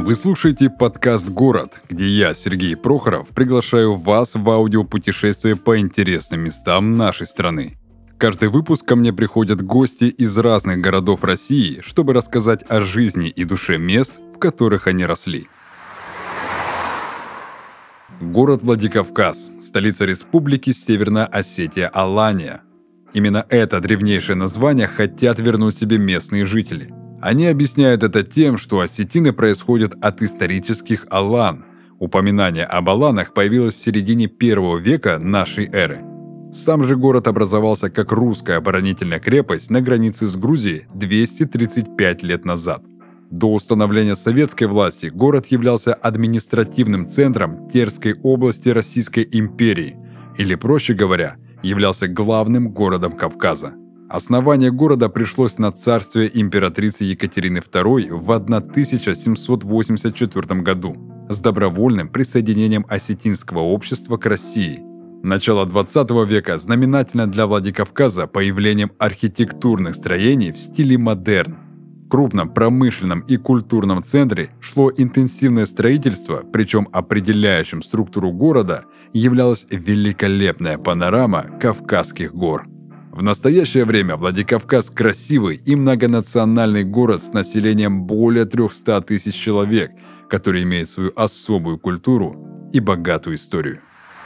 Вы слушаете подкаст «Город», где я, Сергей Прохоров, приглашаю вас в аудиопутешествие по интересным местам нашей страны. Каждый выпуск ко мне приходят гости из разных городов России, чтобы рассказать о жизни и душе мест, в которых они росли. Город Владикавказ, столица республики Северная Осетия-Алания. Именно это древнейшее название хотят вернуть себе местные жители. Они объясняют это тем, что осетины происходят от исторических алан. Упоминание об аланах появилось в середине 1 века нашей эры. Сам же город образовался как русская оборонительная крепость на границе с Грузией 235 лет назад. До установления советской власти город являлся административным центром Терской области Российской империи, или, проще говоря, являлся главным городом Кавказа. Основание города пришлось на царствие императрицы Екатерины II в 1784 году с добровольным присоединением осетинского общества к России. Начало 20 века знаменательно для Владикавказа появлением архитектурных строений в стиле модерн. В крупном промышленном и культурном центре шло интенсивное строительство, причем определяющим структуру города являлась великолепная панорама Кавказских гор. В настоящее время Владикавказ – красивый и многонациональный город с населением более 300 тысяч человек, который имеет свою особую культуру и богатую историю.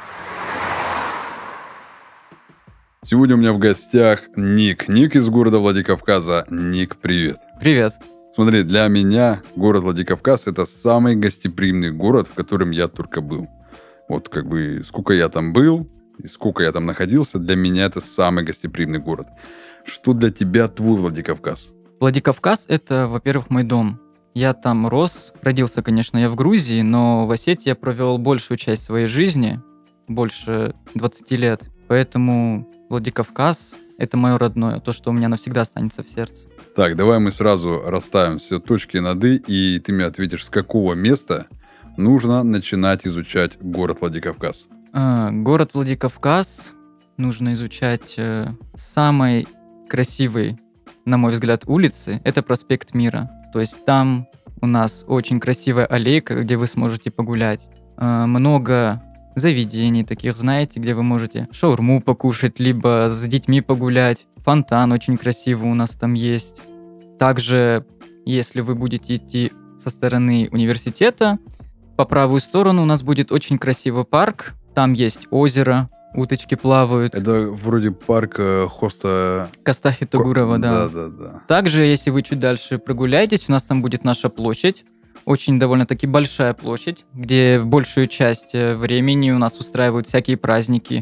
Сегодня у меня в гостях Ник. Ник из города Владикавказа. Ник, привет. Привет. Смотри, для меня город Владикавказ – это самый гостеприимный город, в котором я только был. Вот сколько я там был, и сколько я там находился, для меня это самый гостеприимный город. Что для тебя твой Владикавказ? Владикавказ – это, во-первых, мой дом. Я там рос, родился, конечно, я в Грузии, но в Осетии я провел большую часть своей жизни, больше 20 лет. Поэтому Владикавказ – это мое родное, то, что у меня навсегда останется в сердце. Так, давай мы сразу расставим все точки над «и», и ты мне ответишь, с какого места нужно начинать изучать город Владикавказ. Город Владикавказ нужно изучать самой красивой, на мой взгляд, улицы. Это проспект Мира. То есть там у нас очень красивая аллейка, где вы сможете погулять. Много заведений таких, знаете, где вы можете шаурму покушать, либо с детьми погулять. Фонтан очень красивый у нас там есть. Также, если вы будете идти со стороны университета, по правую сторону у нас будет очень красивый парк. Там есть озеро, уточки плавают. Это вроде парк хоста... Кастафи Тогурова, да. Да. Также, если вы чуть дальше прогуляетесь, у нас там будет наша площадь. Очень довольно-таки большая площадь, где большую часть времени у нас устраивают всякие праздники.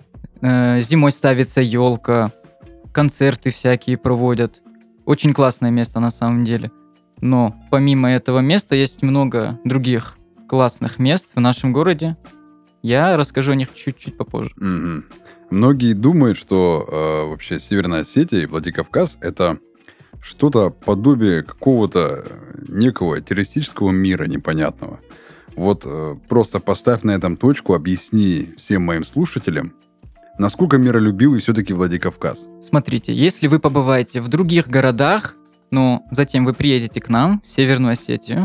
Зимой ставится елка, концерты всякие проводят. Очень классное место на самом деле. Но помимо этого места есть много других классных мест в нашем городе. Я расскажу о них чуть-чуть попозже. Mm-hmm. Многие думают, что вообще Северная Осетия и Владикавказ – это что-то подобие какого-то некого террористического мира непонятного. Вот просто поставь на этом точку, объясни всем моим слушателям, насколько миролюбивый все-таки Владикавказ. Смотрите, если вы побываете в других городах, но затем вы приедете к нам, в Северную Осетию,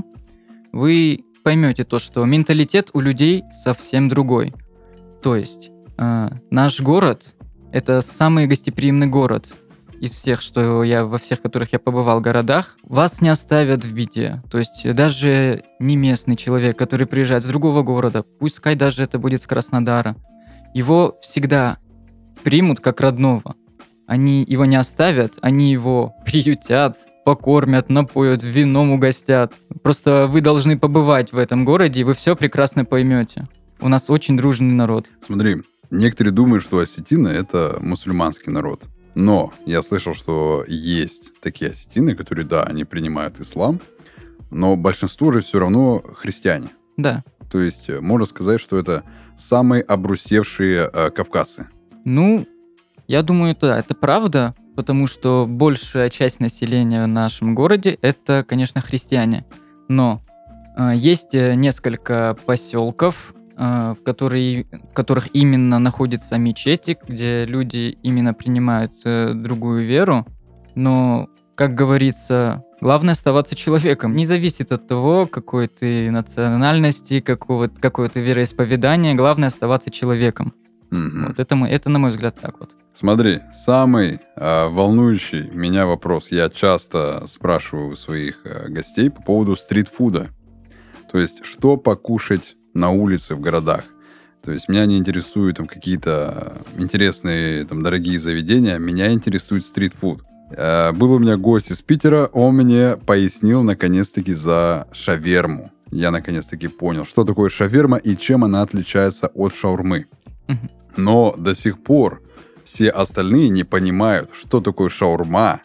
вы поймете то, что менталитет у людей совсем другой. То есть наш город – это самый гостеприимный город из всех, во всех, которых я побывал городах. Вас не оставят в беде. То есть даже не местный человек, который приезжает с другого города, пускай даже это будет с Краснодара, его всегда примут как родного. Они его не оставят, они его приютят, покормят, напоят, вином угостят. Просто вы должны побывать в этом городе, и вы все прекрасно поймете. У нас очень дружный народ. Смотри, некоторые думают, что осетины – это мусульманский народ. Но я слышал, что есть такие осетины, которые, да, они принимают ислам, но большинство же все равно христиане. Да. То есть можно сказать, что это самые обрусевшие кавказцы. Ну, я думаю, да, это правда. Потому что большая часть населения в нашем городе – это, конечно, христиане. Но есть несколько поселков, в которых именно находятся мечети, где люди именно принимают другую веру. Но как говорится, главное оставаться человеком. Не зависит от того, какой ты национальности, какое ты вероисповедание. Главное оставаться человеком. Вот это, на мой взгляд, так вот. Смотри, самый волнующий меня вопрос. Я часто спрашиваю у своих гостей по поводу стритфуда. То есть, что покушать на улице в городах. То есть, меня не интересуют там какие-то интересные, там, дорогие заведения. Меня интересует стритфуд. Был у меня гость из Питера, он мне пояснил, наконец-таки, за шаверму. Я, наконец-таки, понял, что такое шаверма и чем она отличается от шаурмы. Но до сих пор все остальные не понимают, что такое шаурма,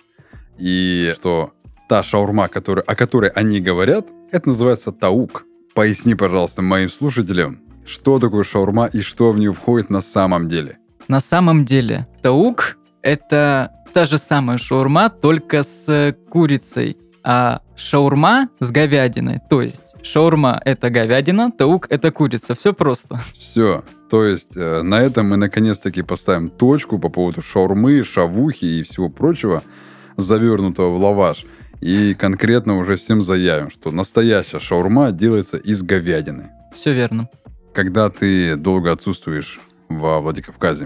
и что та шаурма, о которой они говорят, это называется таук. Поясни, пожалуйста, моим слушателям, что такое шаурма и что в нее входит на самом деле. На самом деле, таук – это та же самая шаурма, только с курицей, а шаурма с говядиной. То есть шаурма – это говядина, таук – это курица. Все просто. Все. То есть на этом мы наконец-таки поставим точку по поводу шаурмы, шавухи и всего прочего, завернутого в лаваш. И конкретно уже всем заявим, что настоящая шаурма делается из говядины. Все верно. Когда ты долго отсутствуешь во Владикавказе,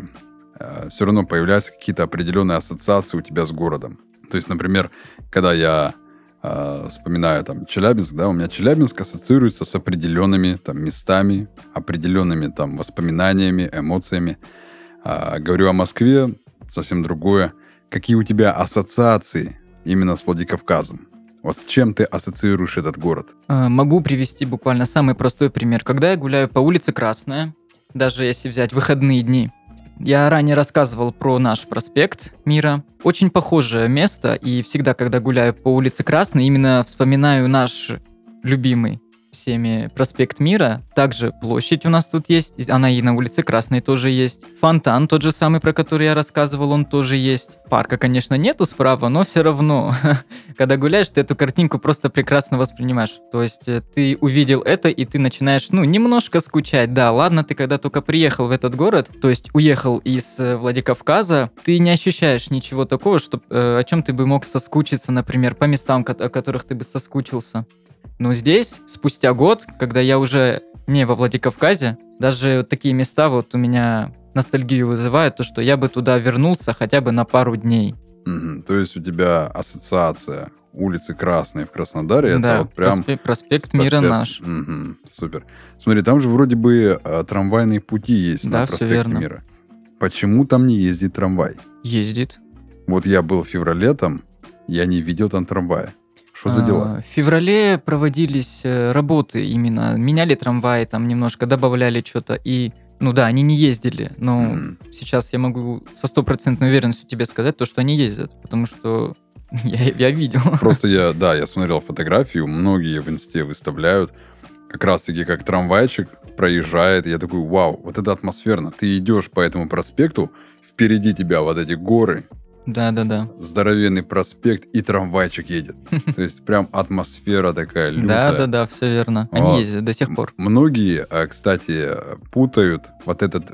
все равно появляются какие-то определенные ассоциации у тебя с городом. То есть, например, когда я вспоминаю там Челябинск, да, у меня Челябинск ассоциируется с определенными там местами, определенными там воспоминаниями, эмоциями. Говорю о Москве, совсем другое. Какие у тебя ассоциации именно с Владикавказом? Вот с чем ты ассоциируешь этот город? Могу привести буквально самый простой пример. Когда я гуляю по улице Красная, даже если взять выходные дни, я ранее рассказывал про наш проспект Мира. Очень похожее место, и всегда, когда гуляю по улице Красной, именно вспоминаю наш любимый всеми проспект Мира. Также площадь у нас тут есть, она и на улице Красной тоже есть. Фонтан, тот же самый, про который я рассказывал, он тоже есть. Парка, конечно, нету справа, но все равно, когда гуляешь, ты эту картинку просто прекрасно воспринимаешь. То есть ты увидел это, и ты начинаешь, немножко скучать. Да, ладно, ты когда только приехал в этот город, то есть уехал из Владикавказа, ты не ощущаешь ничего такого, о чем ты бы мог соскучиться, например, по местам, о которых ты бы соскучился. Но здесь, спустя год, когда я уже не во Владикавказе, даже такие места вот у меня ностальгию вызывают, то, что я бы туда вернулся хотя бы на пару дней. То есть у тебя ассоциация улицы Красной в Краснодаре, да, это вот прям... проспект Мира наш. Супер. Смотри, там же вроде бы трамвайные пути есть да, на проспекте Мира. Почему там не ездит трамвай? Ездит. Вот я был в феврале там, я не видел там трамвая. Что за дела? В феврале проводились работы именно. Меняли трамваи, там немножко добавляли что-то. И, они не ездили. Но сейчас я могу со 100% уверенностью тебе сказать, то, что они ездят. Потому что я видел. Просто я смотрел фотографию, многие в инсте выставляют. Как раз-таки как трамвайчик проезжает. И я такой, вау, вот это атмосферно. Ты идешь по этому проспекту, впереди тебя вот эти горы. Да. Здоровенный проспект, и трамвайчик едет. То есть прям атмосфера такая лютая. Да, все верно. Они ездят до сих пор. Многие, кстати, путают вот этот...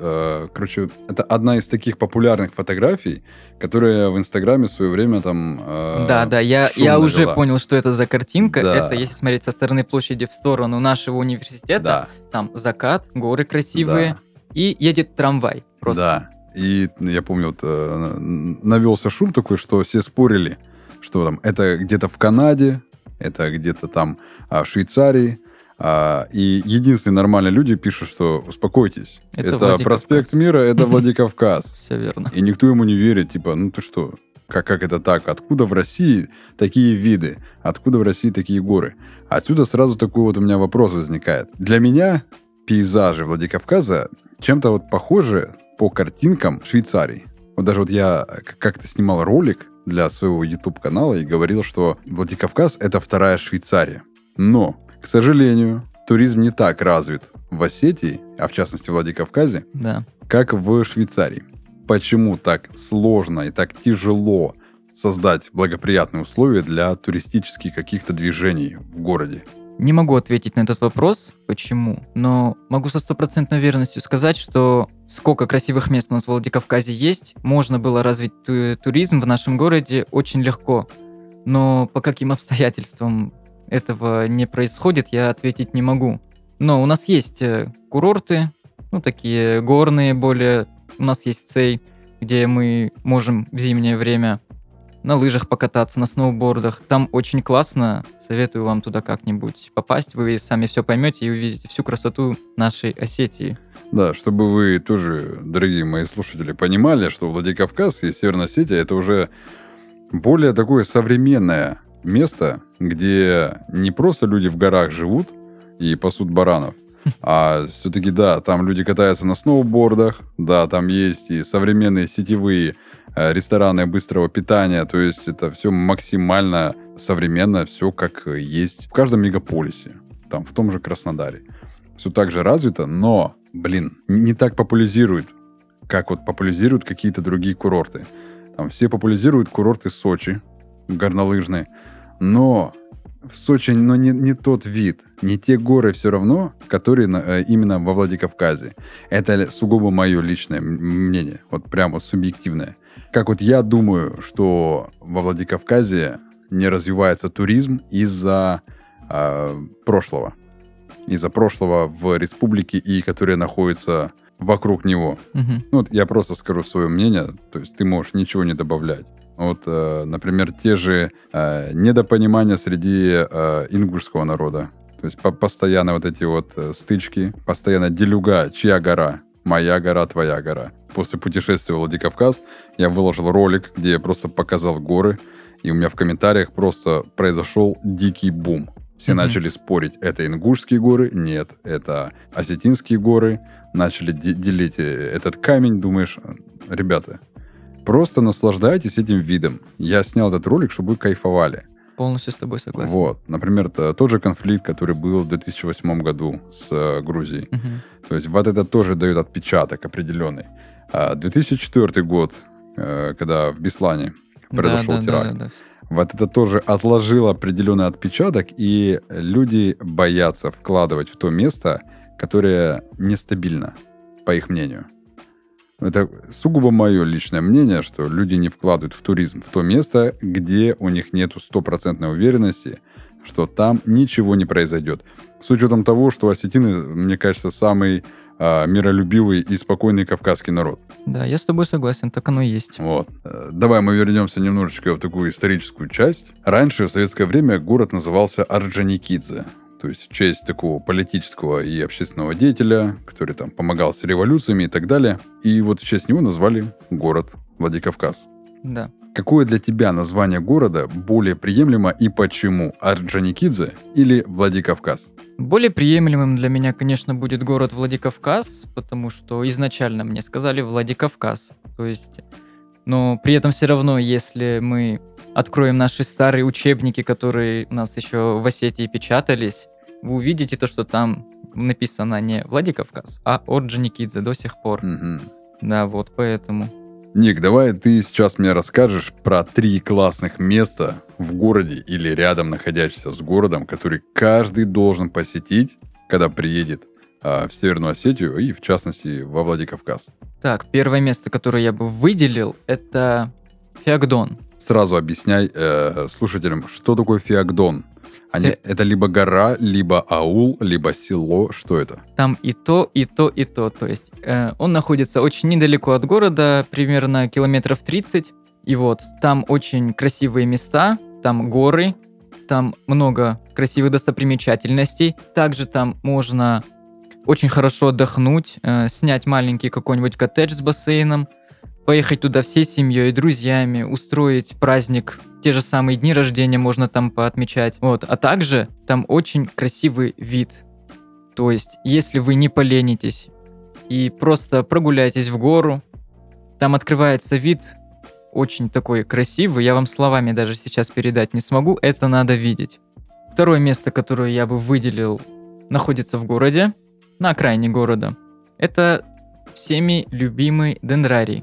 это одна из таких популярных фотографий, которая в Инстаграме в свое время там... Да, я уже понял, что это за картинка. Да. Это, если смотреть со стороны площади в сторону нашего университета, там закат, горы красивые, и едет трамвай просто. Да. И я помню, навелся шум такой, что все спорили, что там это где-то в Канаде, это где-то там в Швейцарии. И единственные нормальные люди пишут, что успокойтесь, это проспект Мира, это Владикавказ. Все верно. И никто ему не верит, типа, ты что, как это так? Откуда в России такие виды? Откуда в России такие горы? Отсюда сразу такой вот у меня вопрос возникает. Для меня пейзажи Владикавказа чем-то вот похожи по картинкам Швейцарии. Вот даже вот я как-то снимал ролик для своего YouTube-канала и говорил, что Владикавказ — это вторая Швейцария. Но, к сожалению, туризм не так развит в Осетии, а в частности в Владикавказе, как в Швейцарии. Почему так сложно и так тяжело создать благоприятные условия для туристических каких-то движений в городе? Не могу ответить на этот вопрос, почему, но могу со 100% уверенностью сказать, что сколько красивых мест у нас в Владикавказе есть, можно было развить туризм в нашем городе очень легко. Но по каким обстоятельствам этого не происходит, я ответить не могу. Но у нас есть курорты, такие горные более. У нас есть Цей, где мы можем в зимнее время на лыжах покататься, на сноубордах. Там очень классно. Советую вам туда как-нибудь попасть. Вы сами все поймете и увидите всю красоту нашей Осетии. Да, чтобы вы тоже, дорогие мои слушатели, понимали, что Владикавказ и Северная Осетия — это уже более такое современное место, где не просто люди в горах живут и пасут баранов, а все-таки, да, там люди катаются на сноубордах, да, там есть и современные сетевые рестораны быстрого питания, то есть это все максимально современно, все как есть в каждом мегаполисе, там, в том же Краснодаре. Все так же развито, но, не так популяризируют, как вот популяризируют какие-то другие курорты. Там все популяризируют курорты Сочи, горнолыжные, но в Сочи, не тот вид, не те горы все равно, которые именно во Владикавказе. Это сугубо мое личное мнение, вот прям вот субъективное. Как вот я думаю, что во Владикавказе не развивается туризм из-за прошлого. Из-за прошлого в республике и которые находятся вокруг него. Угу. Я просто скажу свое мнение, то есть ты можешь ничего не добавлять. Например, те же недопонимания среди ингушского народа. То есть постоянно вот эти вот стычки, постоянно делюга, чья гора, моя гора, твоя гора. После путешествия в Владикавказ я выложил ролик, где я просто показал горы, и у меня в комментариях просто произошел дикий бум. Все начали спорить, это ингушские горы, нет, это осетинские горы. Начали делить этот камень, думаешь, ребята, просто наслаждайтесь этим видом. Я снял этот ролик, чтобы вы кайфовали. Полностью с тобой согласен. Вот, например, тот же конфликт, который был в 2008 году с Грузией. То есть вот это тоже дает отпечаток определенный. 2004 год, когда в Беслане произошел теракт. Да. Вот это тоже отложило определенный отпечаток, и люди боятся вкладывать в то место, которое нестабильно, по их мнению. Это сугубо мое личное мнение, что люди не вкладывают в туризм в то место, где у них нету стопроцентной уверенности, что там ничего не произойдет. С учетом того, что осетины, мне кажется, самый миролюбивый и спокойный кавказский народ. Да, я с тобой согласен, так оно и есть. Вот. Давай мы вернемся немножечко в такую историческую часть. Раньше, в советское время, город назывался Орджоникидзе. То есть в честь такого политического и общественного деятеля, который там помогал с революциями и так далее. И вот в честь него назвали город Владикавказ. Да. Какое для тебя название города более приемлемо и почему? Орджоникидзе или Владикавказ? Более приемлемым для меня, конечно, будет город Владикавказ, потому что изначально мне сказали Владикавказ. То есть, но при этом все равно, если мы откроем наши старые учебники, которые у нас еще в Осетии печатались, вы увидите то, что там написано не Владикавказ, а Орджоникидзе до сих пор. Да, вот поэтому. Ник, давай ты сейчас мне расскажешь про 3 классных места в городе или рядом находящихся с городом, которые каждый должен посетить, когда приедет в Северную Осетию и, в частности, во Владикавказ. Так, первое место, которое я бы выделил, это Феогдон. Сразу объясняй слушателям, что такое Феогдон. Это либо гора, либо аул, либо село. Что это? Там и то, и то, и то. То есть он находится очень недалеко от города, примерно километров 30. И вот там очень красивые места, там горы, там много красивых достопримечательностей. Также там можно очень хорошо отдохнуть, снять маленький какой-нибудь коттедж с бассейном, поехать туда всей семьей, друзьями, устроить праздник. Те же самые дни рождения можно там поотмечать. Вот. А также там очень красивый вид. То есть, если вы не поленитесь и просто прогуляетесь в гору, там открывается вид очень такой красивый. Я вам словами даже сейчас передать не смогу. Это надо видеть. Второе место, которое я бы выделил, находится в городе, на окраине города. Это всеми любимый Дендрарий.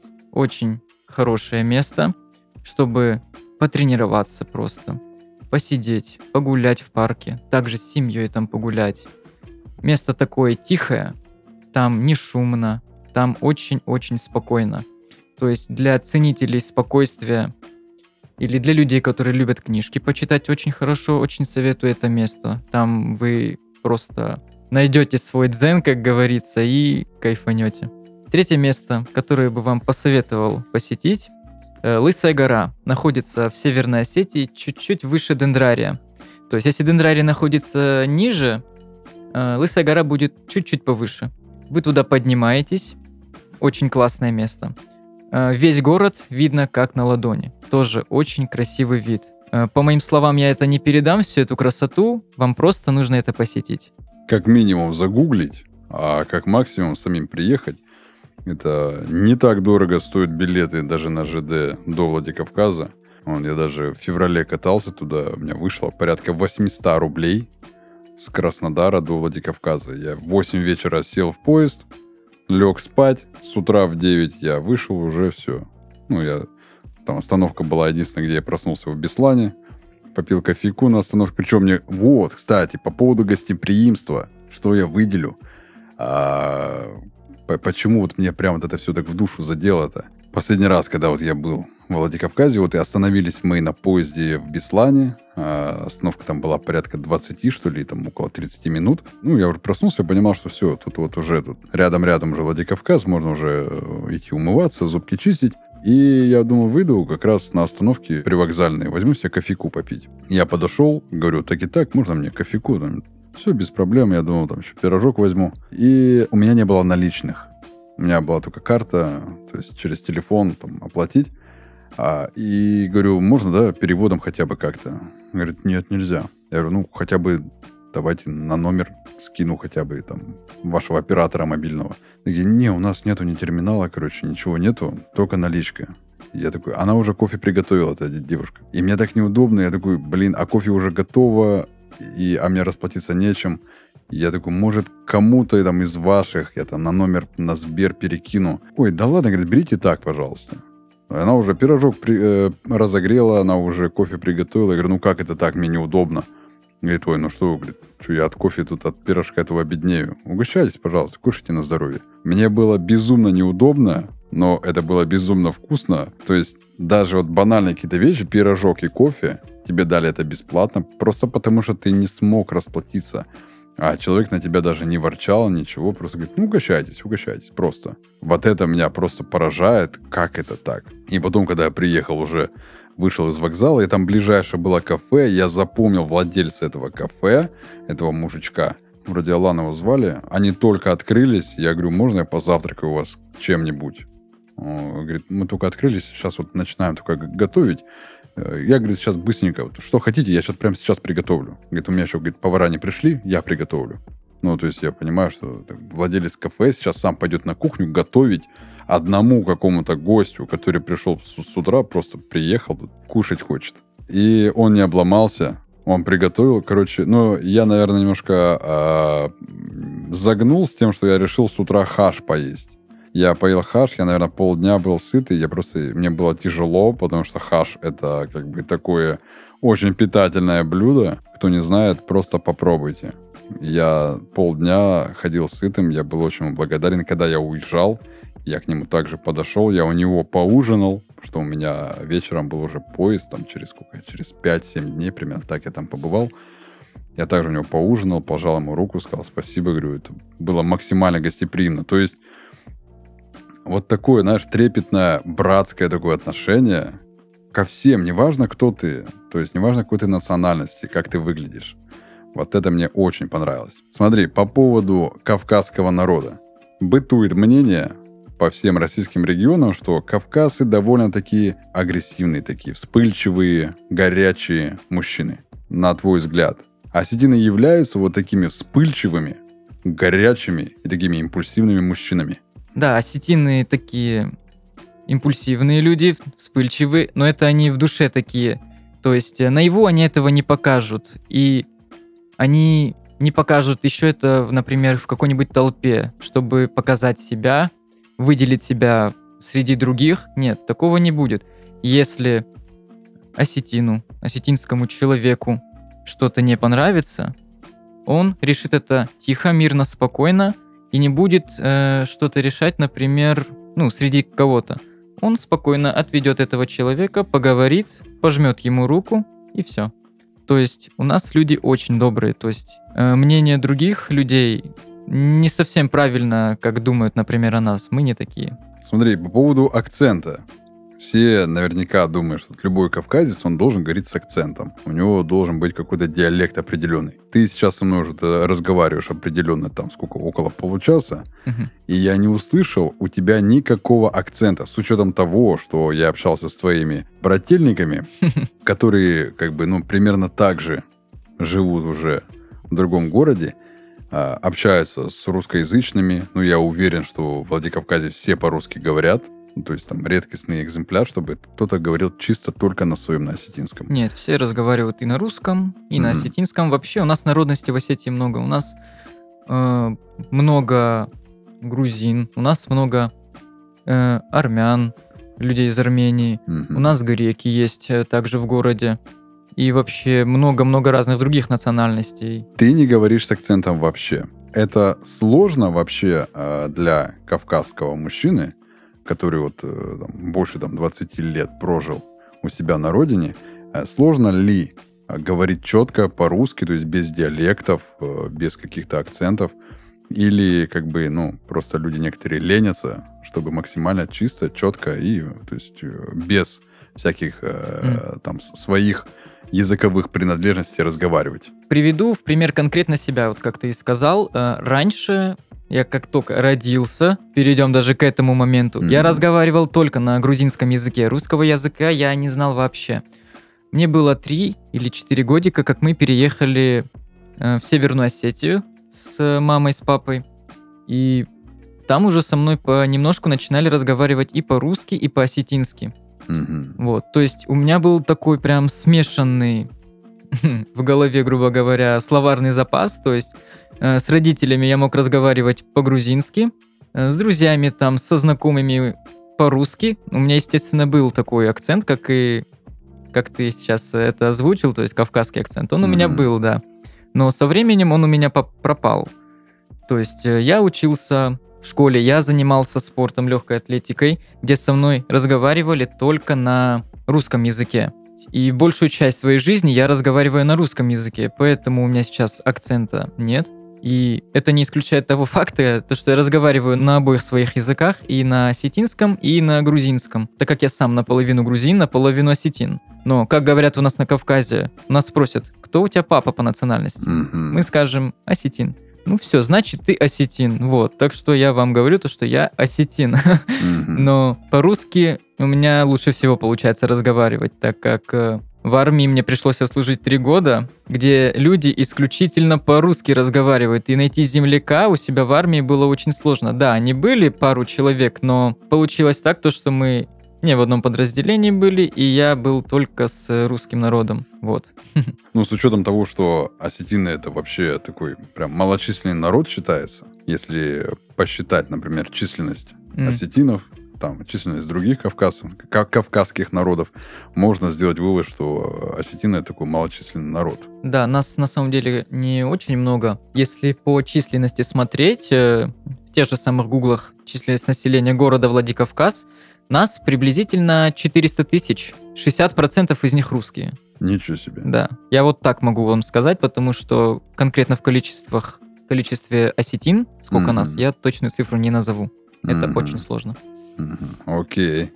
Очень хорошее место, чтобы потренироваться просто, посидеть, погулять в парке, также с семьей там погулять. Место такое тихое, там не шумно, там очень-очень спокойно. То есть для ценителей спокойствия Или для людей, которые любят книжки почитать, очень хорошо, очень советую это место. Там вы просто найдете свой дзен, как говорится, и кайфанете. Третье место, которое бы вам посоветовал посетить, Лысая гора. Находится в Северной Осетии, чуть-чуть выше Дендрария. То есть, если Дендрарий находится ниже, Лысая гора будет чуть-чуть повыше. Вы туда поднимаетесь. Очень классное место. Весь город видно как на ладони. Тоже очень красивый вид. По моим словам, я это не передам, всю эту красоту. Вам просто нужно это посетить. Как минимум загуглить, а как максимум самим приехать. Это не так дорого стоят билеты даже на ЖД до Владикавказа. Я даже в феврале катался туда, у меня вышло порядка 800 рублей с Краснодара до Владикавказа. Я в 8 вечера сел в поезд, лег спать, с утра в 9 я вышел, уже все. Там остановка была единственная, где я проснулся в Беслане, попил кофейку на остановке. Причем мне, кстати, по поводу гостеприимства, что я выделю. Почему мне прям это все так в душу задело-то? Последний раз, когда я был в Владикавказе, и остановились мы на поезде в Беслане. Остановка там была порядка 20, что ли, там около 30 минут. Я уже проснулся, я понимал, что все, тут рядом уже Владикавказ, можно уже идти умываться, зубки чистить. И я думаю, выйду как раз на остановке привокзальной, возьму себе кофейку попить. Я подошел, говорю, так и так, можно мне кофейку? Все, без проблем, я думал, там еще пирожок возьму. И у меня не было наличных. У меня была только карта, то есть через телефон там оплатить. И говорю, можно, да, переводом хотя бы как-то? Говорит, нет, нельзя. Я говорю, хотя бы давайте на номер скину хотя бы там вашего оператора мобильного. Такие, не, у нас нету ни терминала, ничего нету, только наличка. Я такой, она уже кофе приготовила, эта девушка. И мне так неудобно, я такой, а кофе уже готово, а мне расплатиться нечем. Я такой, может, кому-то там из ваших, я там на номер, на Сбер перекину. Ой, да ладно, говорит, берите так, пожалуйста. Она уже пирожок разогрела, она уже кофе приготовила. Я говорю, как это так, мне неудобно. Говорит, ой, что я от кофе тут, от пирожка этого беднею. Угощайтесь, пожалуйста, кушайте на здоровье. Мне было безумно неудобно, но это было безумно вкусно. То есть даже банальные какие-то вещи, пирожок и кофе, тебе дали это бесплатно, просто потому что ты не смог расплатиться. А человек на тебя даже не ворчал, ничего, просто говорит, угощайтесь, просто. Вот это меня просто поражает, как это так. И потом, когда я приехал уже, вышел из вокзала, и там ближайшее было кафе, я запомнил владельца этого кафе, этого мужичка, вроде Алан его звали, они только открылись, я говорю, можно я позавтракаю у вас чем-нибудь? Он говорит, мы только открылись, сейчас начинаем только готовить. Я, говорит, сейчас быстренько, что хотите, я сейчас прямо сейчас приготовлю. Говорит, у меня еще, говорит, повара не пришли, я приготовлю. То есть я понимаю, что владелец кафе сейчас сам пойдет на кухню готовить одному какому-то гостю, который пришел с утра, просто приехал, кушать хочет. И он не обломался, он приготовил, я, наверное, немножко загнул с тем, что я решил с утра хаш поесть. Я поел хаш, я, наверное, полдня был сытый, мне было тяжело, потому что хаш — это такое очень питательное блюдо. Кто не знает, просто попробуйте. Я полдня ходил сытым, я был очень благодарен. Когда я уезжал, я к нему также подошел, я у него поужинал, что у меня вечером был уже поезд, через 5-7 дней примерно, так я там побывал. Я также у него поужинал, пожал ему руку, сказал спасибо, говорю, это было максимально гостеприимно. То есть вот такое, трепетное, братское такое отношение ко всем, неважно, кто ты, то есть неважно, какой ты национальности, как ты выглядишь. Вот это мне очень понравилось. Смотри, по поводу кавказского народа. Бытует мнение по всем российским регионам, что кавказцы довольно-таки агрессивные, такие вспыльчивые, горячие мужчины, на твой взгляд. Осетины являются вот такими вспыльчивыми, горячими и такими импульсивными мужчинами. Да, осетины такие импульсивные люди, вспыльчивые, но это они в душе такие. То есть наяву они этого не покажут. И они не покажут еще это, например, в какой-нибудь толпе, чтобы показать себя, выделить себя среди других. Нет, такого не будет. Если осетинскому человеку что-то не понравится, он решит это тихо, мирно, спокойно, и не будет что-то решать, например, среди кого-то. он спокойно отведет этого человека, поговорит, пожмет ему руку, и все. То есть у нас люди очень добрые. То есть мнение других людей не совсем правильно, как думают, например, о нас. Мы не такие. Смотри, по поводу акцента. Все наверняка думают, что любой кавказец, он должен говорить с акцентом. У него должен быть какой-то диалект определенный. Ты сейчас со мной уже разговариваешь определенно там сколько, около получаса, и я не услышал у тебя никакого акцента. С учетом того, что я общался с твоими брательниками, которые как бы, примерно так же живут уже в другом городе, общаются с русскоязычными. Я уверен, что в Владикавказе все по-русски говорят. То есть там редкостный экземпляр, чтобы кто-то говорил чисто только на своем, на осетинском. Нет, все разговаривают и на русском, и на осетинском. Вообще у нас народности в Осетии много. У нас много грузин, у нас много армян, людей из Армении. У нас греки есть также в городе. И вообще много-много разных других национальностей. Ты не говоришь с акцентом вообще. Это сложно вообще для кавказского мужчины, который больше 20 лет прожил у себя на родине, сложно ли говорить четко по-русски, то есть без диалектов, без каких-то акцентов, или просто люди некоторые ленятся, чтобы максимально чисто, четко и то есть без всяких своих языковых принадлежностей разговаривать? Приведу в пример конкретно себя, вот как ты и сказал. Раньше я как только родился, перейдем даже к этому моменту, я разговаривал только на грузинском языке. Русского языка я не знал вообще. Мне было 3 или 4 годика, как мы переехали в Северную Осетию с мамой, с папой. И там уже со мной понемножку начинали разговаривать и по-русски, и по-осетински. Вот, то есть у меня был такой прям смешанный в голове, грубо говоря, словарный запас. То есть с родителями я мог разговаривать по-грузински, с друзьями, со знакомыми по-русски. У меня, естественно, был такой акцент, как ты сейчас это озвучил, то есть кавказский акцент. Он у меня был, да. Но со временем он у меня пропал. То есть я учился в школе, я занимался спортом, легкой атлетикой, где со мной разговаривали только на русском языке. И большую часть своей жизни я разговариваю на русском языке, поэтому у меня сейчас акцента нет. И это не исключает того факта, что я разговариваю на обоих своих языках, и на осетинском, и на грузинском, так как я сам наполовину грузин, наполовину осетин. Но, как говорят у нас на Кавказе, нас спросят, кто у тебя папа по национальности? Мы скажем, осетин. Ну все, значит, ты осетин. Вот, так что я вам говорю то, что я осетин. Но по-русски у меня лучше всего получается разговаривать, так как в армии мне пришлось отслужить 3 года, где люди исключительно по-русски разговаривают. И найти земляка у себя в армии было очень сложно. Да, они были пару человек, но получилось так, что мы не в одном подразделении были, и я был только с русским народом. Вот. С учетом того, что осетины это вообще такой прям малочисленный народ считается, если посчитать, например, численность осетинов, численность других кавказских народов, можно сделать вывод, что осетины это такой малочисленный народ. Да, нас на самом деле не очень много. Если по численности смотреть, в тех же самых гуглах численность населения города Владикавказ, нас приблизительно 400 тысяч. 60% из них русские. Ничего себе. Да. Я вот так могу вам сказать, потому что конкретно в количестве осетин, сколько нас, я точную цифру не назову. Это очень сложно. Окей.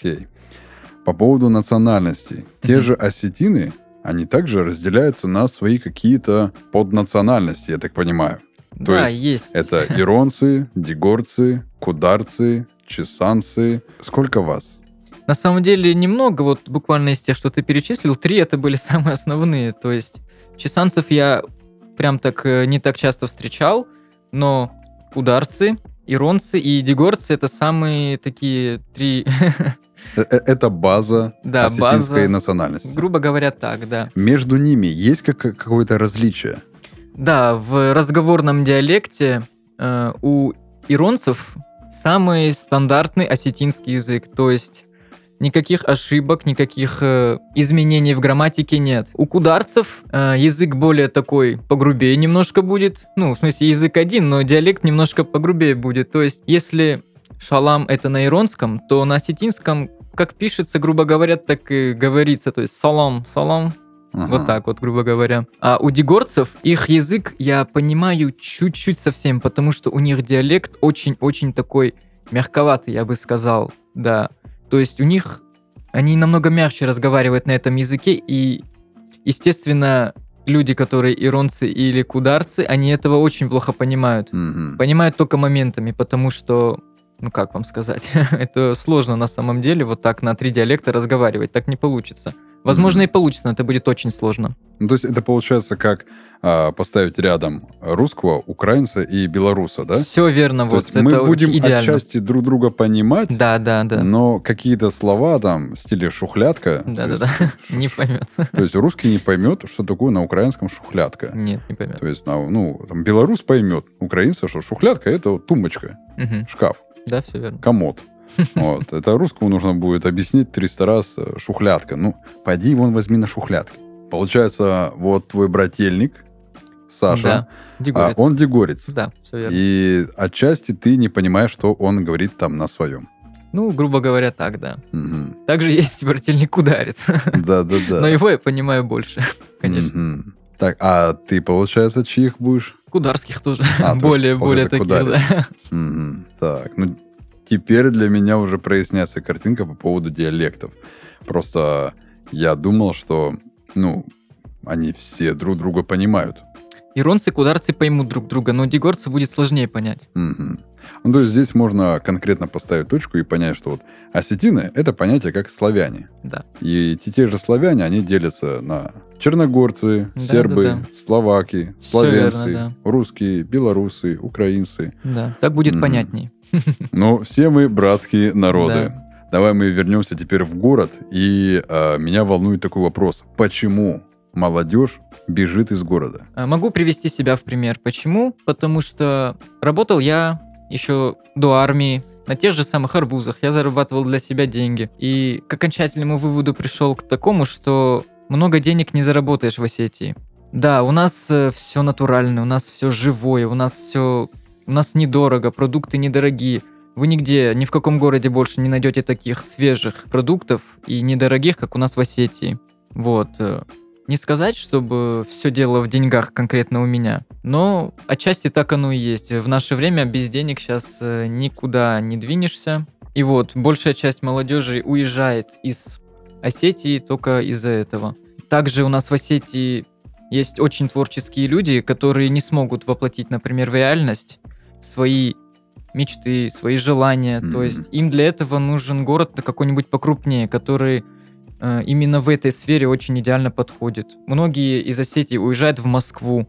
По поводу национальностей. Те же осетины, они также разделяются на свои какие-то поднациональности, я так понимаю. Да, есть. Это иронцы, дигорцы, кударцы, чесанцы. Сколько вас? На самом деле немного, вот буквально из тех, что ты перечислил, 3 это были самые основные. То есть чесанцев я прям так не так часто встречал, но кударцы, иронцы и дигорцы это самые такие 3... Это база осетинской национальности. Грубо говоря, так, да. Между ними есть какое-то различие? Да, в разговорном диалекте у иронцев самый стандартный осетинский язык, то есть никаких ошибок, никаких изменений в грамматике нет. У кударцев язык более такой погрубее немножко будет, в смысле язык один, но диалект немножко погрубее будет. То есть если шалам это на иронском, то на осетинском как пишется, грубо говоря, так и говорится. То есть салам, салам. Вот так вот, грубо говоря. А у дигорцев их язык я понимаю чуть-чуть совсем, потому что у них диалект очень-очень такой мягковатый, я бы сказал. Да. То есть у них они намного мягче разговаривают на этом языке, и, естественно, люди, которые иронцы или кударцы, они этого очень плохо понимают. Понимают только моментами, потому что, ну как вам сказать, это сложно на самом деле вот так на 3 диалекта разговаривать, так не получится. Возможно, и получится, но это будет очень сложно. Ну, то есть это получается как поставить рядом русского, украинца и белоруса, да? Все верно, то вот есть это мы будем идеально. отчасти друг друга понимать, Да. но какие-то слова там в стиле шухлядка... Да, не поймет. То есть русский не поймет, что такое на украинском шухлядка. Нет, не поймет. То есть, ну, там, белорус поймет, украинца, что шухлядка — это вот тумбочка, шкаф, Да, все верно. комод. Вот. Это русскому нужно будет объяснить 300 раз шухлядка. Ну, пойди вон возьми на шухлядке. Получается, вот твой брательник, Саша, Да, дигорец. он дигорец. Да, все верно. И отчасти ты не понимаешь, что он говорит там на своем. Ну, грубо говоря, так, да. Мгм. Также есть брательник кударец. Да. Но его я понимаю больше, конечно. Мгм. Так, а ты, получается, чьих будешь? Кударских тоже. А, более получается, таких, кударец. да. Мгм. Так, ну теперь для меня уже проясняется картинка по поводу диалектов. Просто я думал, что, ну, они все друг друга понимают. Иронцы, кударцы поймут друг друга, но дигорцы будет сложнее понять. Мгм. Ну, то есть здесь можно конкретно поставить точку и понять, что вот осетины — это понятие как славяне. Да. И те же славяне, они делятся на черногорцы, Да, сербы, да. словаки, Всё верно, словенцы, да. русские, белорусы, украинцы. Да. Так будет Мгм. понятней. Но все мы братские народы. Да. Давай мы вернемся теперь в город. И меня волнует такой вопрос. Почему молодежь бежит из города? Могу привести себя в пример. Почему? Потому что работал я еще до армии на тех же самых арбузах. Я зарабатывал для себя деньги. И к окончательному выводу пришел к такому, что много денег не заработаешь в Осетии. Да, у нас все натурально, у нас все живое, у нас недорого, продукты недорогие. Вы нигде, ни в каком городе больше не найдете таких свежих продуктов и недорогих, как у нас в Осетии. Вот. Не сказать, чтобы все дело в деньгах конкретно у меня, но отчасти так оно и есть. В наше время без денег сейчас никуда не двинешься. И вот, большая часть молодежи уезжает из Осетии только из-за этого. Также у нас в Осетии есть очень творческие люди, которые не смогут воплотить, например, в реальность свои мечты, свои желания. То есть им для этого нужен город какой-нибудь покрупнее, который именно в этой сфере очень идеально подходит. Многие из Осетии уезжают в Москву,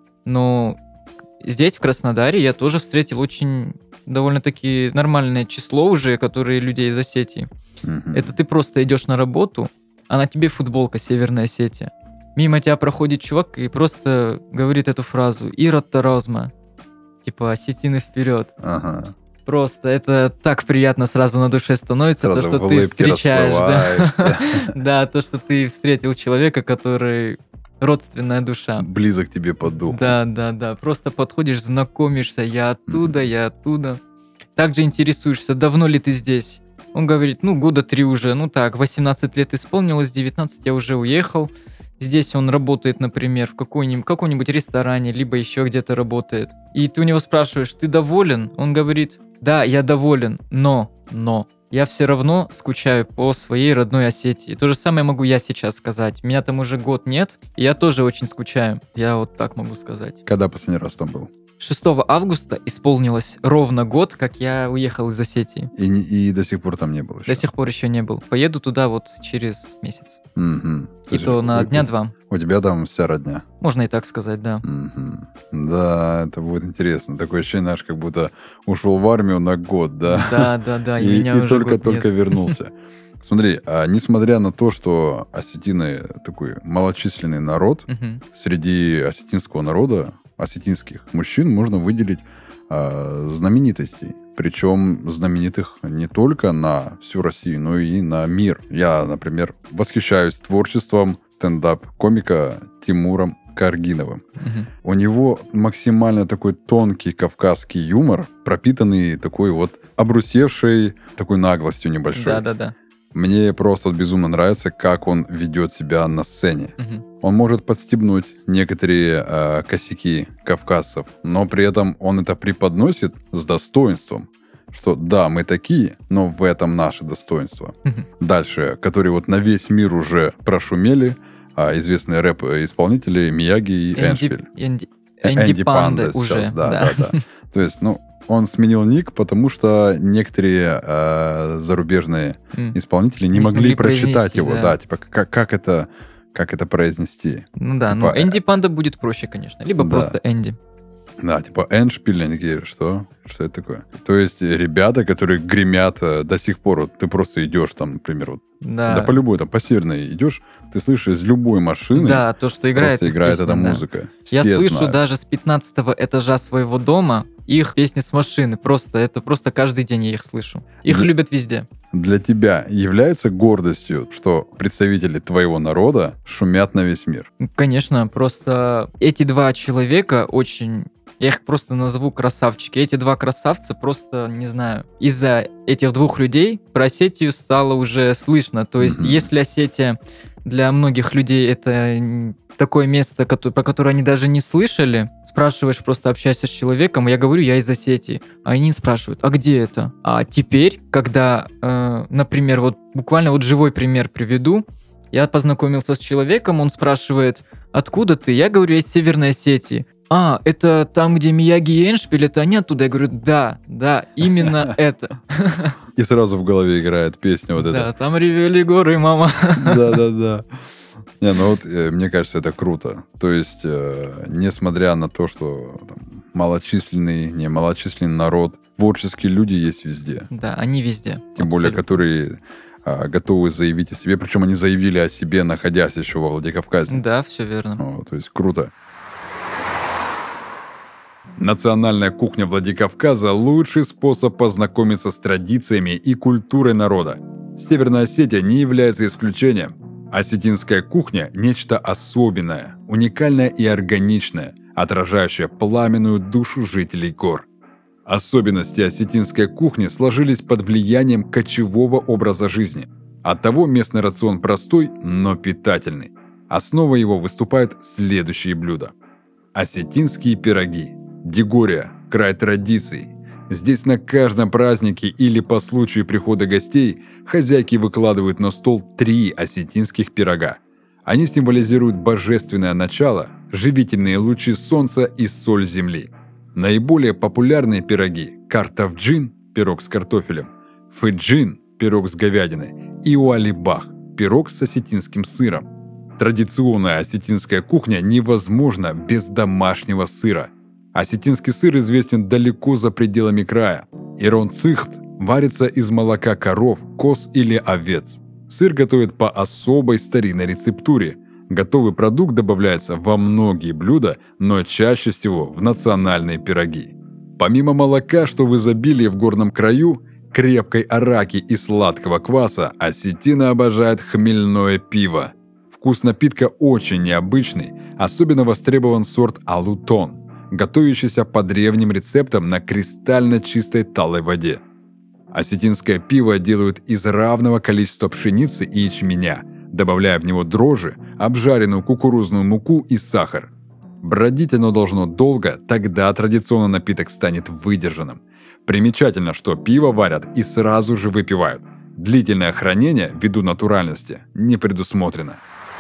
но здесь, в Краснодаре, я тоже встретил очень довольно-таки нормальное число уже, которые людей из Осетии. Это ты просто идешь на работу, а на тебе футболка «Северная Осетия». Мимо тебя проходит чувак и просто говорит эту фразу «Ирод Таразма». Типа «Осетины вперед». Ага. Просто это так приятно сразу на душе становится, Сразу то, что в ты улыбке встречаешь. расплываешься. Да, то, что ты встретил человека, который родственная душа. Близок тебе по духу. Да. Просто подходишь, знакомишься, я оттуда. Также интересуешься, давно ли ты здесь. Он говорит, 3 года уже. 18 лет исполнилось, 19 я уже уехал. Здесь он работает, например, в каком-нибудь ресторане, либо еще где-то работает. И ты у него спрашиваешь, ты доволен? Он говорит, да, я доволен, но я все равно скучаю по своей родной Осетии. То же самое могу я сейчас сказать. Меня там уже год нет, и я тоже очень скучаю. Я вот так могу сказать. Когда последний раз там был? 6 августа исполнилось ровно год, как я уехал из Осетии. И до сих пор там не был еще? До сих пор еще не был. Поеду туда вот через месяц. Мгм. И то на дня 2. У тебя там вся родня? Можно и так сказать, да. Мгм. Да, это будет интересно. Такое ощущение, знаешь, как будто ушел в армию на год, да? Да, И меня уже год только нет. вернулся. Смотри, несмотря на то, что осетины такой малочисленный народ, Мгм. среди осетинского народа, осетинских мужчин можно выделить знаменитостей. Причем знаменитых не только на всю Россию, но и на мир. Я, например, восхищаюсь творчеством стендап-комика Тимуром Каргиновым. У него максимально такой тонкий кавказский юмор, пропитанный такой вот обрусевшей такой наглостью небольшой. Да. Мне просто безумно нравится, как он ведет себя на сцене. Он может подстебнуть некоторые косяки кавказцев, но при этом он это преподносит с достоинством. Что да, мы такие, но в этом наше достоинство. Дальше, которые вот на весь мир уже прошумели, известные рэп-исполнители Мияги и Эншпиль. Энди Панда уже. Сейчас, да. То есть, он сменил ник, потому что некоторые зарубежные исполнители не могли прочитать его. Да, типа, как это произнести? Ну да, типа, Энди Панда будет проще, конечно. Либо просто Энди. Да, типа Эншпиль, что это такое? То есть ребята, которые гремят до сих пор, вот ты просто идешь там, например, вот, да по любой, там, по Северной идешь, ты слышишь из любой машины, да, то, что играет песня, эта музыка. Я слышу даже с 15-го этажа своего дома их песни с машины. Это просто каждый день я их слышу. Их любят везде. Для тебя является гордостью, что представители твоего народа шумят на весь мир? Конечно, просто эти два человека очень... Я их просто назову красавчики. Эти два красавца просто, не знаю, из-за этих двух людей про Осетию стало уже слышно. То есть, если Осетия для многих людей это такое место, про которое они даже не слышали, спрашиваешь, просто общайся с человеком, я говорю, я из Осетии. А они спрашивают, а где это? А теперь, когда, например, вот буквально вот живой пример приведу, я познакомился с человеком, он спрашивает, откуда ты? Я говорю, я из Северной Осетии. А, это там, где Мияги и Эншпиль, это они оттуда? Я говорю, да, именно это. И сразу в голове играет песня вот эта. Да, там ревели горы, мама. Да. Не, мне кажется, это круто. То есть, несмотря на то, что малочисленный, не малочисленный народ, творческие люди есть везде. Да, они везде. Тем более, которые готовы заявить о себе. Причем они заявили о себе, находясь еще во Владикавказе. Да, все верно. То есть, круто. Национальная кухня Владикавказа – лучший способ познакомиться с традициями и культурой народа. Северная Осетия не является исключением. Осетинская кухня – нечто особенное, уникальное и органичное, отражающее пламенную душу жителей гор. Особенности осетинской кухни сложились под влиянием кочевого образа жизни. Оттого местный рацион простой, но питательный. Основой его выступают следующие блюда. Осетинские пироги. Дегория – край традиций. Здесь на каждом празднике или по случаю прихода гостей хозяйки выкладывают на стол 3 осетинских пирога. Они символизируют божественное начало, живительные лучи солнца и соль земли. Наиболее популярные пироги – картавджин – пирог с картофелем, фыджин – пирог с говядиной и уалибах – пирог с осетинским сыром. Традиционная осетинская кухня невозможна без домашнего сыра. Осетинский сыр известен далеко за пределами края. Иронцихт варится из молока коров, коз или овец. Сыр готовят по особой старинной рецептуре. Готовый продукт добавляется во многие блюда, но чаще всего в национальные пироги. Помимо молока, что в изобилии в горном краю, крепкой араки и сладкого кваса, осетины обожают хмельное пиво. Вкус напитка очень необычный, особенно востребован сорт алутон, готовящийся по древним рецептам на кристально чистой талой воде. Осетинское пиво делают из равного количества пшеницы и ячменя, добавляя в него дрожжи, обжаренную кукурузную муку и сахар. Бродить оно должно долго, тогда традиционный напиток станет выдержанным. Примечательно, что пиво варят и сразу же выпивают. Длительное хранение, ввиду натуральности, не предусмотрено.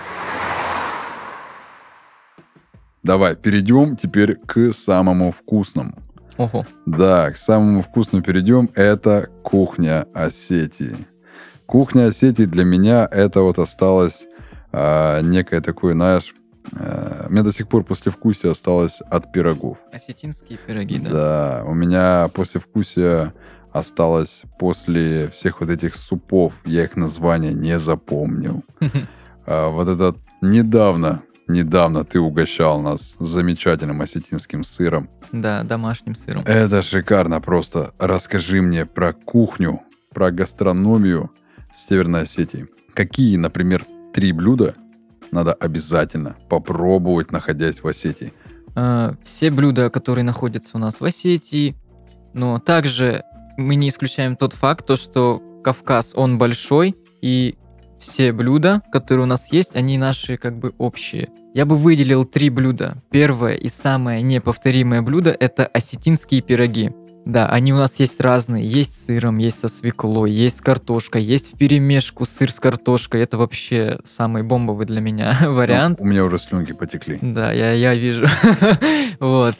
Давай, перейдем теперь к самому вкусному. Ого. Да, к самому вкусному перейдем. Это кухня Осетии. Кухня Осетии для меня это вот осталось некое такое, знаешь, у меня до сих пор послевкусие осталось от пирогов. Осетинские пироги, да? Да, у меня послевкусие осталось после всех вот этих супов. Я их названия не запомнил. Вот это недавно ты угощал нас замечательным осетинским сыром. Да, домашним сыром. Это шикарно просто. Расскажи мне про кухню, про гастрономию Северной Осетии. Какие, например, 3 блюда надо обязательно попробовать, находясь в Осетии? Все блюда, которые находятся у нас в Осетии, но также мы не исключаем тот факт, то, что Кавказ, он большой, и все блюда, которые у нас есть, они наши как бы общие. Я бы выделил 3 блюда. Первое и самое неповторимое блюдо – это осетинские пироги. Да, они у нас есть разные. Есть с сыром, есть со свеклой, есть с картошкой, есть вперемешку сыр с картошкой. Это вообще самый бомбовый для меня вариант. У меня уже слюнки потекли. Да, я вижу. Вот.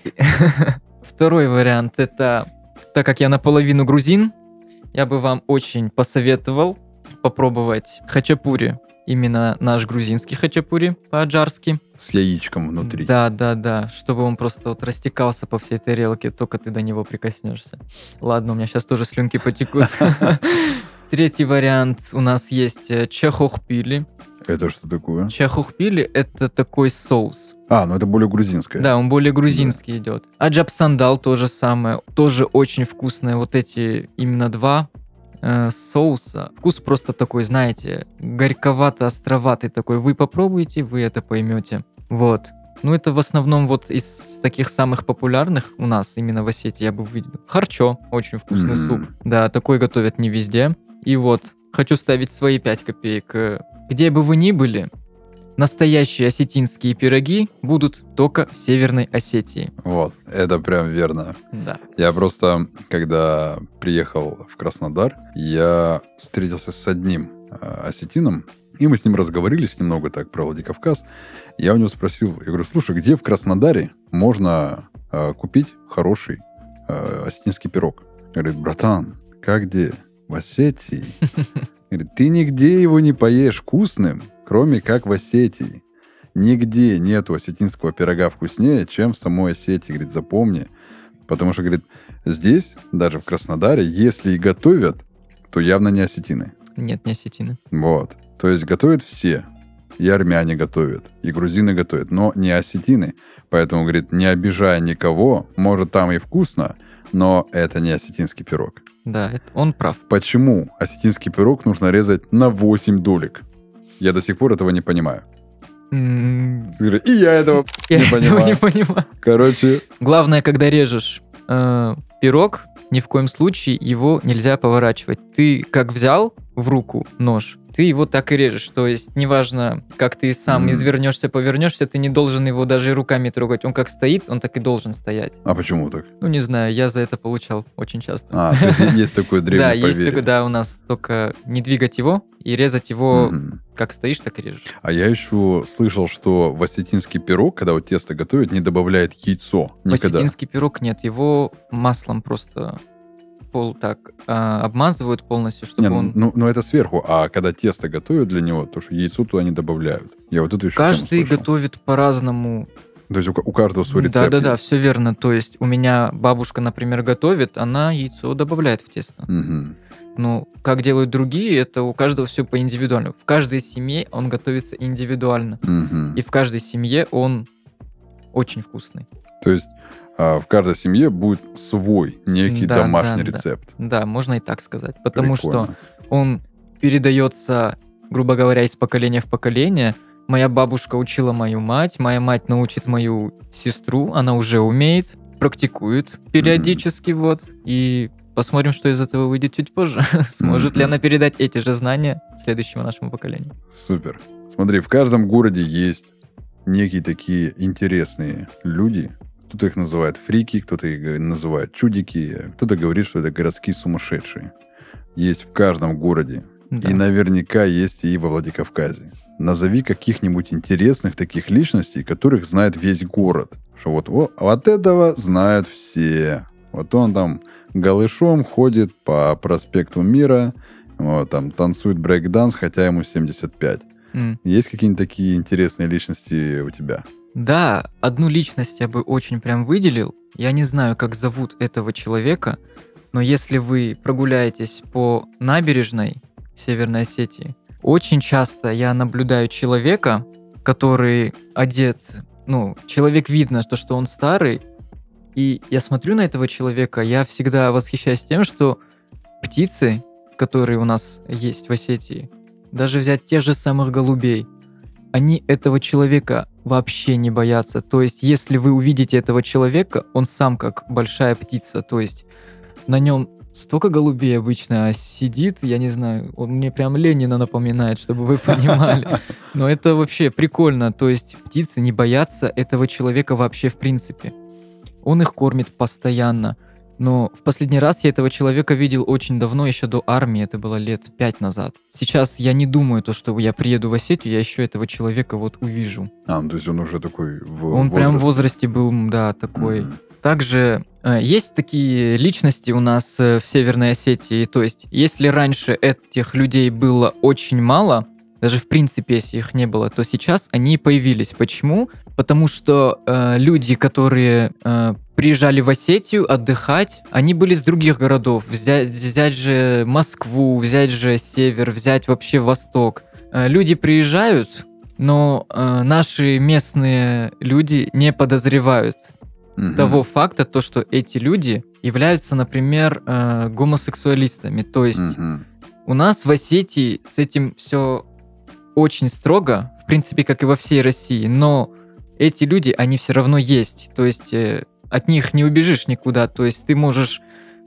Второй вариант – это, так как я наполовину грузин, я бы вам очень посоветовал попробовать хачапури. Именно наш грузинский хачапури по-аджарски. С яичком внутри. Да. Чтобы он просто вот растекался по всей тарелке, только ты до него прикоснешься. Ладно, у меня сейчас тоже слюнки потекут. Третий вариант у нас есть чахохпили. Это что такое? Чахохпили — это такой соус. Ну это более грузинское. Да, он более грузинский идет. А джапсандал тоже самое. Тоже очень вкусное. Вот эти именно 2 соуса. Вкус просто такой, знаете, горьковато-островатый такой. Вы попробуете, вы это поймете. Вот. Ну, это в основном вот из таких самых популярных у нас именно в Осетии я бы выделил. Харчо, очень вкусный суп. Да, такой готовят не везде. И вот, хочу ставить свои 5 копеек. Где бы вы ни были, настоящие осетинские пироги будут только в Северной Осетии. Вот, это прям верно. Да. Я просто, когда приехал в Краснодар, я встретился с одним осетином, и мы с ним разговорились немного так про Владикавказ. Я у него спросил, я говорю, слушай, где в Краснодаре можно купить хороший осетинский пирог? Говорит, братан, как где? В Осетии? Говорит, ты нигде его не поешь вкусным, кроме как в Осетии. Нигде нету осетинского пирога вкуснее, чем в самой Осетии. Говорит, запомни. Потому что, говорит, здесь, даже в Краснодаре, если и готовят, то явно не осетины. Нет, не осетины. Вот. То есть готовят все. И армяне готовят, и грузины готовят, но не осетины. Поэтому, говорит, не обижая никого, может, там и вкусно, но это не осетинский пирог. Да, он прав. Почему осетинский пирог нужно резать на 8 долек? Я до сих пор этого не понимаю. И я этого не понимаю. Короче... Главное, когда режешь пирог, ни в коем случае его нельзя поворачивать. Ты как взял в руку нож, ты его так и режешь. То есть, неважно, как ты сам извернешься, повернешься, ты не должен его даже руками трогать. Он как стоит, он так и должен стоять. А почему так? Ну, не знаю, я за это получал очень часто. То есть есть такое древнее поверье. Да, есть такое, да, у нас только не двигать его и резать его, как стоишь, так и режешь. А я еще слышал, что в осетинский пирог, когда вот тесто готовят, не добавляют яйцо. Никогда. В осетинский пирог нет, его маслом просто... обмазывают полностью, чтобы он... Ну, это сверху, а когда тесто готовят для него, то что яйцо туда не добавляют. Я вот это еще каждый готовит по-разному. То есть у каждого свой рецепт? Да, все верно. То есть у меня бабушка, например, готовит, она яйцо добавляет в тесто. Ну, как делают другие, это у каждого все по-индивидуальному. В каждой семье он готовится индивидуально. И в каждой семье он очень вкусный. То есть в каждой семье будет свой некий домашний рецепт. Да, можно и так сказать. Потому что он передается, грубо говоря, из поколения в поколение. Моя бабушка учила мою мать, моя мать научит мою сестру, она уже умеет, практикует периодически, вот. И посмотрим, что из этого выйдет чуть позже. Сможет ли она передать эти же знания следующему нашему поколению. Супер. Смотри, в каждом городе есть некие такие интересные люди. Кто-то их называет фрики, кто-то их называет чудики, кто-то говорит, что это городские сумасшедшие. Есть в каждом городе. Да. И наверняка есть и во Владикавказе. Назови каких-нибудь интересных таких личностей, которых знает весь город. Что вот этого знают все. Вот он там голышом ходит по проспекту Мира, вот, там танцует брейк-данс, хотя ему 75. Есть какие-нибудь такие интересные личности у тебя? Да, одну личность я бы очень прям выделил. Я не знаю, как зовут этого человека, но если вы прогуляетесь по набережной Северной Осетии, очень часто я наблюдаю человека, который одет, человек видно, что он старый, и я смотрю на этого человека, я всегда восхищаюсь тем, что птицы, которые у нас есть в Осетии, даже взять тех же самых голубей, они этого человека вообще не боятся. То есть, если вы увидите этого человека, он сам как большая птица. То есть, на нем столько голубей обычно сидит, я не знаю, он мне прям Ленина напоминает, чтобы вы понимали. Но это вообще прикольно. То есть, птицы не боятся этого человека вообще в принципе. Он их кормит постоянно. Но в последний раз я этого человека видел очень давно, еще до армии, это было лет 5 назад. Сейчас я не думаю, что я приеду в Осетию, я еще этого человека вот увижу. То есть он уже такой Он прям в возрасте был, да, такой. Также есть такие личности у нас в Северной Осетии, то есть если раньше этих людей было очень мало, даже в принципе, если их не было, то сейчас они появились. Почему? Потому что люди, которые приезжали в Осетию отдыхать, они были с других городов. Взять же Москву, взять же Север, взять вообще Восток. Люди приезжают, но наши местные люди не подозревают того факта, то, что эти люди являются, например, гомосексуалистами. То есть у нас в Осетии с этим все очень строго, в принципе, как и во всей России, но эти люди, они все равно есть. То есть от них не убежишь никуда. То есть ты можешь,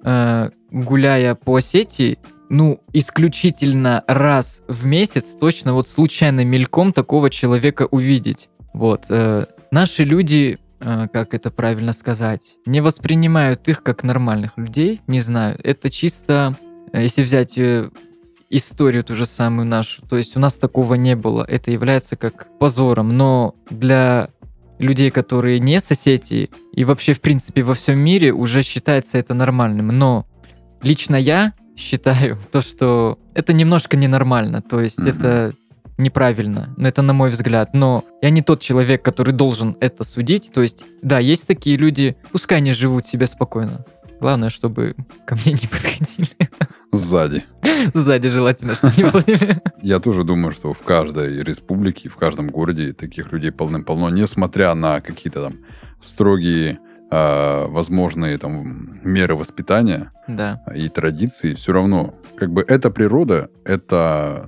гуляя по Осетии, исключительно раз в месяц точно вот случайно мельком такого человека увидеть. Вот. Наши люди, как это правильно сказать, не воспринимают их как нормальных людей, не знаю. Это чисто, если взять историю ту же самую нашу, то есть у нас такого не было. Это является как позором. Но для людей, которые не с Осетии, и вообще, в принципе, во всем мире уже считается это нормальным. Но лично я считаю то, что это немножко ненормально. То есть это неправильно. Но это на мой взгляд. Но я не тот человек, который должен это судить. То есть, да, есть такие люди, пускай они живут себе спокойно. Главное, чтобы ко мне не подходили. Сзади. Сзади желательно, чтобы не подходили. Я тоже думаю, что в каждой республике, в каждом городе таких людей полным-полно, несмотря на какие-то там строгие возможные там меры воспитания и традиции, все равно, как бы, эта природа, это,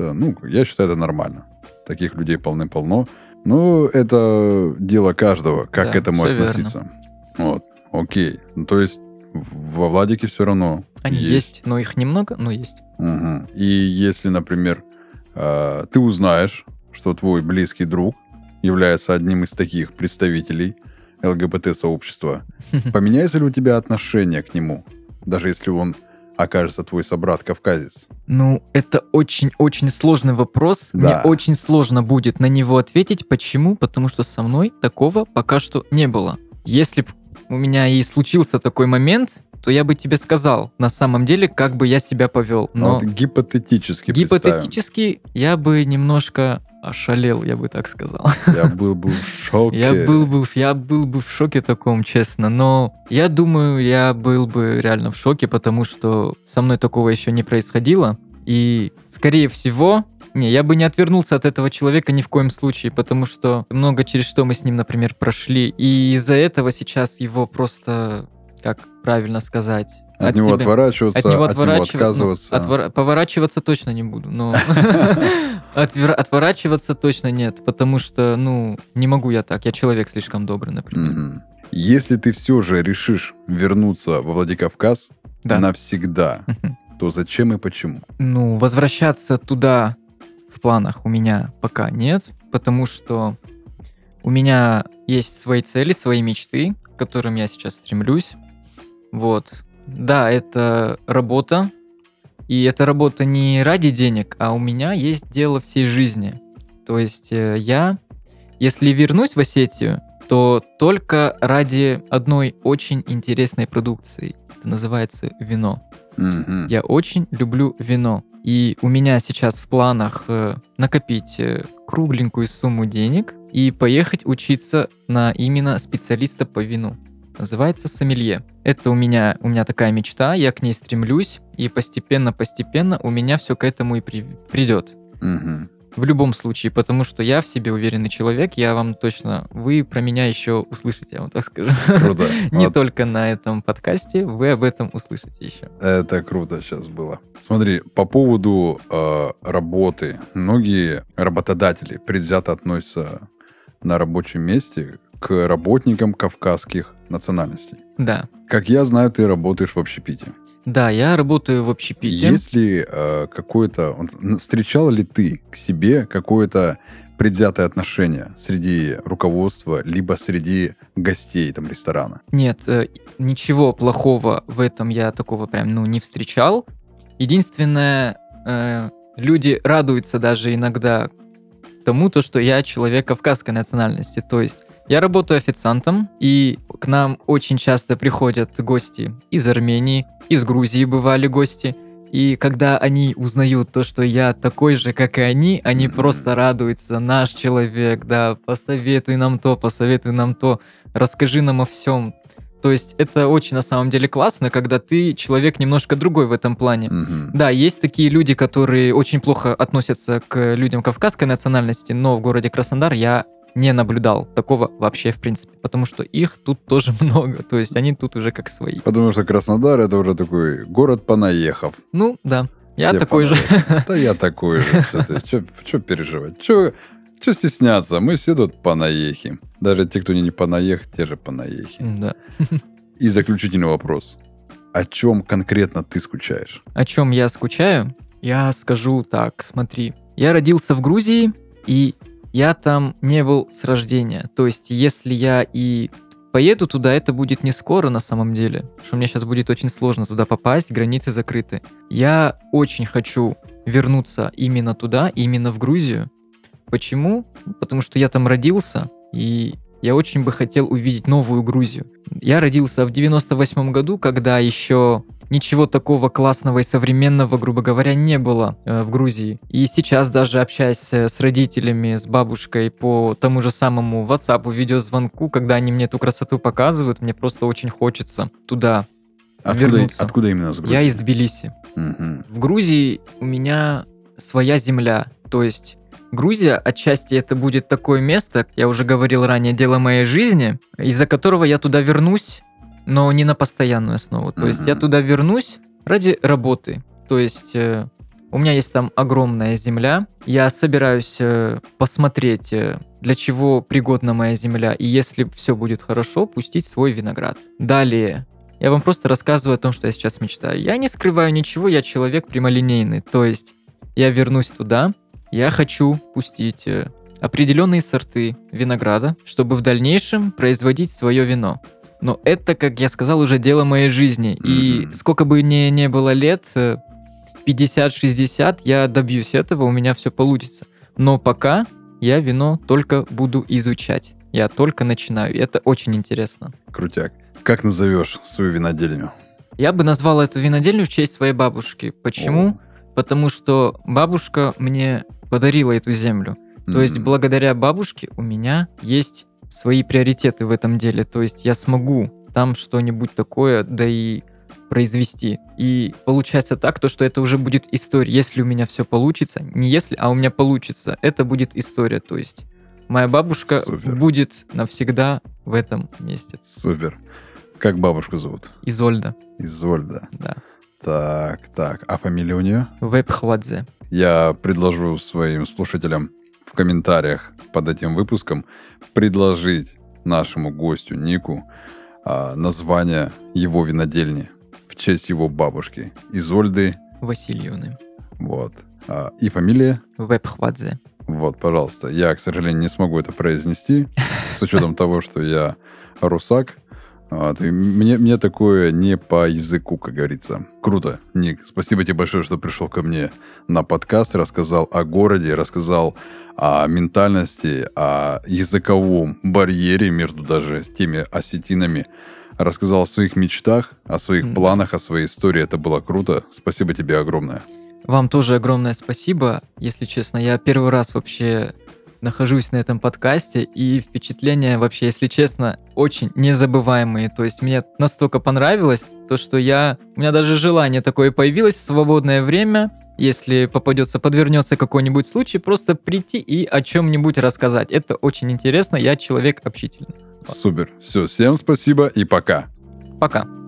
я считаю, это нормально. Таких людей полным-полно. Но это дело каждого, как к этому относиться. Верно. Вот, окей. То есть во Владике все равно они есть, но их немного, но есть. Угу. И если, например, ты узнаешь, что твой близкий друг является одним из таких представителей ЛГБТ-сообщества, поменяется ли у тебя отношение к нему, даже если он окажется твой собрат-кавказец? Это очень-очень сложный вопрос. Да. Мне очень сложно будет на него ответить. Почему? Потому что со мной такого пока что не было. Если бы у меня и случился такой момент, то я бы тебе сказал, на самом деле, как бы я себя повел. Но вот гипотетически представим. Я бы немножко ошалел, я бы так сказал. Я был бы в шоке. Я был бы в шоке таком, честно. Но я думаю, я был бы реально в шоке, потому что со мной такого еще не происходило. И, скорее всего, я бы не отвернулся от этого человека ни в коем случае, потому что много через что мы с ним, например, прошли. И из-за этого сейчас его просто, как правильно сказать... От него отворачиваться, от него отказываться. Поворачиваться точно не буду, но отворачиваться точно нет, потому что, не могу я так. Я человек слишком добрый, например. Если ты все же решишь вернуться во Владикавказ навсегда, то зачем и почему? Возвращаться туда в планах у меня пока нет, потому что у меня есть свои цели, свои мечты, к которым я сейчас стремлюсь. Вот. Да, это работа, и эта работа не ради денег, а у меня есть дело всей жизни. То есть я, если вернусь в Осетию, то только ради одной очень интересной продукции. Это называется вино. Я очень люблю вино. И у меня сейчас в планах накопить кругленькую сумму денег и поехать учиться на именно специалиста по вину. Называется сомелье. Это у меня такая мечта, я к ней стремлюсь, и постепенно у меня все к этому и придет. в любом случае, потому что я в себе уверенный человек, вы про меня еще услышите, я вам так скажу. Круто. Не только на этом подкасте, вы об этом услышите еще. Это круто сейчас было. Смотри, по поводу работы. Многие работодатели предвзято относятся на рабочем месте к работникам кавказских национальностей. Да. Как я знаю, ты работаешь в общепите. Да, я работаю в общепите. Есть ли встречал ли ты к себе какое-то предвзятое отношение среди руководства, либо среди гостей там ресторана? Нет, ничего плохого в этом я такого прям, не встречал. Единственное, люди радуются даже иногда тому, что я человек кавказской национальности. То есть я работаю официантом, и к нам очень часто приходят гости из Армении, из Грузии бывали гости. И когда они узнают то, что я такой же, как и они просто радуются. Наш человек, да, посоветуй нам то, расскажи нам о всем. То есть это очень на самом деле классно, когда ты человек немножко другой в этом плане. Да, есть такие люди, которые очень плохо относятся к людям кавказской национальности, но в городе Краснодар я не наблюдал такого вообще в принципе, потому что их тут тоже много, то есть они тут уже как свои. Потому что Краснодар — это уже такой город понаехав. Ну, да, я такой же. Да я такой же. Что переживать? Что стесняться? Мы все тут понаехи. Даже те, кто не понаех, те же понаехи. Да. И заключительный вопрос. О чем конкретно ты скучаешь? О чем я скучаю? Я скажу так, смотри. Я родился в Грузии, и я там не был с рождения. То есть, если я и поеду туда, это будет не скоро на самом деле. Потому что мне сейчас будет очень сложно туда попасть, границы закрыты. Я очень хочу вернуться именно туда, именно в Грузию. Почему? Потому что я там родился, и я очень бы хотел увидеть новую Грузию. Я родился в 98 году, когда еще ничего такого классного и современного, грубо говоря, не было в Грузии. И сейчас даже общаясь с родителями, с бабушкой по тому же самому WhatsApp, видеозвонку, когда они мне эту красоту показывают, мне просто очень хочется туда вернуться. Откуда именно с Грузии? Я из Тбилиси. Угу. В Грузии у меня своя земля, то есть Грузия, отчасти это будет такое место, я уже говорил ранее, дело моей жизни, из-за которого я туда вернусь, но не на постоянную основу. То есть я туда вернусь ради работы. То есть у меня есть там огромная земля, я собираюсь посмотреть, для чего пригодна моя земля, и если все будет хорошо, пустить свой виноград. Далее, я вам просто рассказываю о том, что я сейчас мечтаю. Я не скрываю ничего, я человек прямолинейный, то есть я вернусь туда, я хочу пустить определенные сорты винограда, чтобы в дальнейшем производить свое вино. Но это, как я сказал, уже дело моей жизни. И сколько бы мне не было лет, 50-60, я добьюсь этого, у меня все получится. Но пока я вино только буду изучать. Я только начинаю. Это очень интересно. Крутяк. Как назовешь свою винодельню? Я бы назвал эту винодельню в честь своей бабушки. Почему? Потому что бабушка мне подарила эту землю. То есть благодаря бабушке у меня есть свои приоритеты в этом деле. То есть я смогу там что-нибудь такое, да и произвести. И получается так, что это уже будет история. Если у меня все получится, не если, а у меня получится, это будет история. То есть моя бабушка будет навсегда в этом месте. Супер. Как бабушку зовут? Изольда. Изольда. Да. Так. А фамилия у нее? Вебхвадзе. Я предложу своим слушателям в комментариях под этим выпуском предложить нашему гостю Нику название его винодельни в честь его бабушки Изольды Васильевны. Вот. И фамилия? Вебхвадзе. Вот, пожалуйста. Я, к сожалению, не смогу это произнести, с учетом того, что я русак. Вот, и мне такое не по языку, как говорится. Круто, Ник. Спасибо тебе большое, что пришел ко мне на подкаст, рассказал о городе, рассказал о ментальности, о языковом барьере между даже теми осетинами. Рассказал о своих мечтах, о своих планах, о своей истории. Это было круто. Спасибо тебе огромное. Вам тоже огромное спасибо. Если честно, я первый раз вообще нахожусь на этом подкасте, и впечатления вообще, если честно, очень незабываемые. То есть мне настолько понравилось то, что у меня даже желание такое появилось в свободное время. если подвернется какой-нибудь случай, просто прийти и о чем-нибудь рассказать. Это очень интересно, я человек общительный. Супер. Все, всем спасибо и пока. Пока.